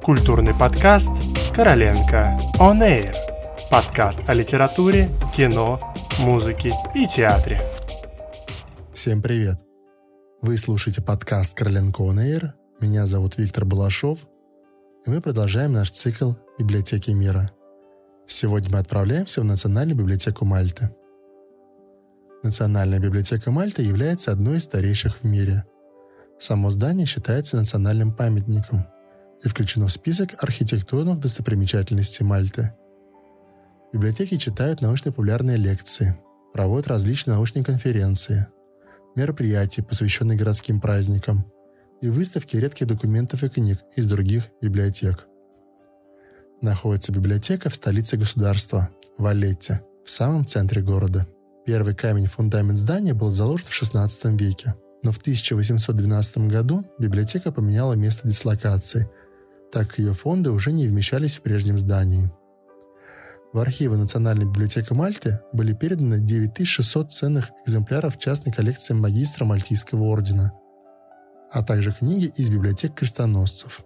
Культурный подкаст «Короленко On Air». Подкаст о литературе, кино, музыке и театре. Всем привет! Вы слушаете подкаст «Короленко On Air». Меня зовут Виктор Балашов, и мы продолжаем наш цикл «Библиотеки мира». Сегодня мы отправляемся в Национальную библиотеку Мальты. Национальная библиотека Мальты является одной из старейших в мире. Само здание считается национальным памятником и включено в список архитектурных достопримечательностей Мальты. В библиотеке читают научно-популярные лекции, проводят различные научные конференции, мероприятия, посвященные городским праздникам, и выставки редких документов и книг из других библиотек. Находится библиотека в столице государства, Валлетте, в самом центре города. Первый камень-фундамент здания был заложен в XVI веке, но в 1812 году библиотека поменяла место дислокации, так как ее фонды уже не вмещались в прежнем здании. В архивы Национальной библиотеки Мальты были переданы 9600 ценных экземпляров частной коллекции магистра Мальтийского ордена, а также книги из библиотек крестоносцев.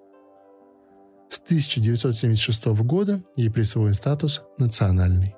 С 1976 года ей присвоен статус «национальный».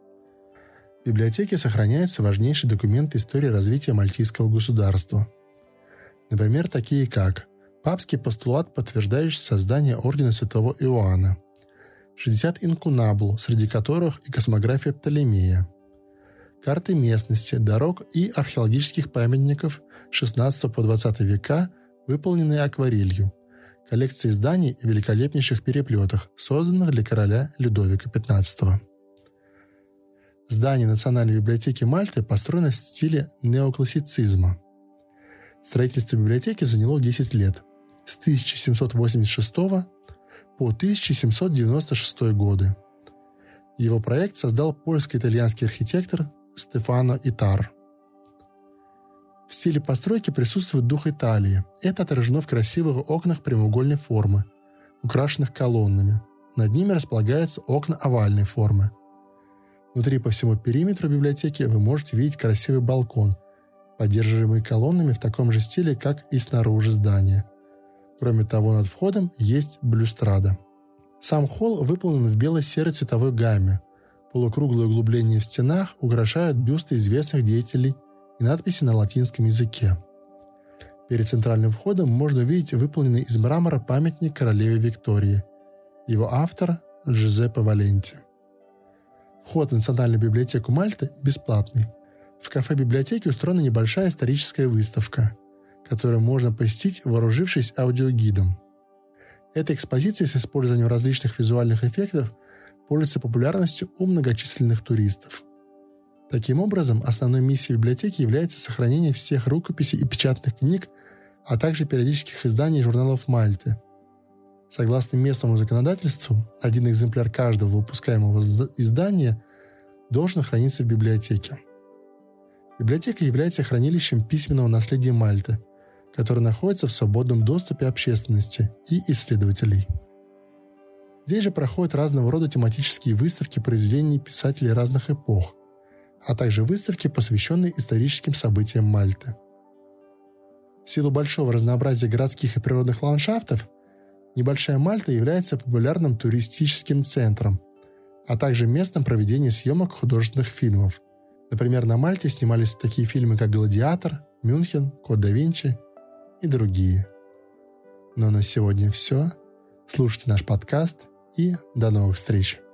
В библиотеке сохраняются важнейшие документы истории развития мальтийского государства. Например, такие как папский постулат, подтверждающий создание ордена святого Иоанна, 60 инкунабул, среди которых и космография Птолемея, карты местности, дорог и археологических памятников XVI по XX века, выполненные акварелью, коллекция изданий в великолепнейших переплетах, созданных для короля Людовика XV. Здание Национальной библиотеки Мальты построено в стиле неоклассицизма. Строительство библиотеки заняло 10 лет, с 1786 по 1796 годы. Его проект создал польско-итальянский архитектор Стефано Итар. В стиле постройки присутствует дух Италии. Это отражено в красивых окнах прямоугольной формы, украшенных колоннами. Над ними располагаются окна овальной формы. Внутри по всему периметру библиотеки вы можете видеть красивый балкон, поддерживаемый колоннами в таком же стиле, как и снаружи здания. Кроме того, над входом есть балюстрада. Сам холл выполнен в бело-серой цветовой гамме. Полукруглые углубления в стенах украшают бюсты известных деятелей и надписи на латинском языке. Перед центральным входом можно увидеть выполненный из мрамора памятник королеве Виктории. Его автор – Джузеппе Валенти. Вход в Национальную библиотеку Мальты бесплатный. В кафе библиотеки устроена небольшая историческая выставка, которую можно посетить, вооружившись аудиогидом. Эта экспозиция с использованием различных визуальных эффектов пользуется популярностью у многочисленных туристов. Таким образом, основной миссией библиотеки является сохранение всех рукописей и печатных книг, а также периодических изданий журналов Мальты. Согласно местному законодательству, один экземпляр каждого выпускаемого издания должен храниться в библиотеке. Библиотека является хранилищем письменного наследия Мальты, которое находится в свободном доступе общественности и исследователей. Здесь же проходят разного рода тематические выставки произведений писателей разных эпох, а также выставки, посвященные историческим событиям Мальты. В силу большого разнообразия городских и природных ландшафтов, Небольшая Мальта является популярным туристическим центром, а также местом проведения съемок художественных фильмов. Например, на Мальте снимались такие фильмы, как «Гладиатор», «Мюнхен», «Код да Винчи» и другие. Ну а на сегодня все. Слушайте наш подкаст и до новых встреч!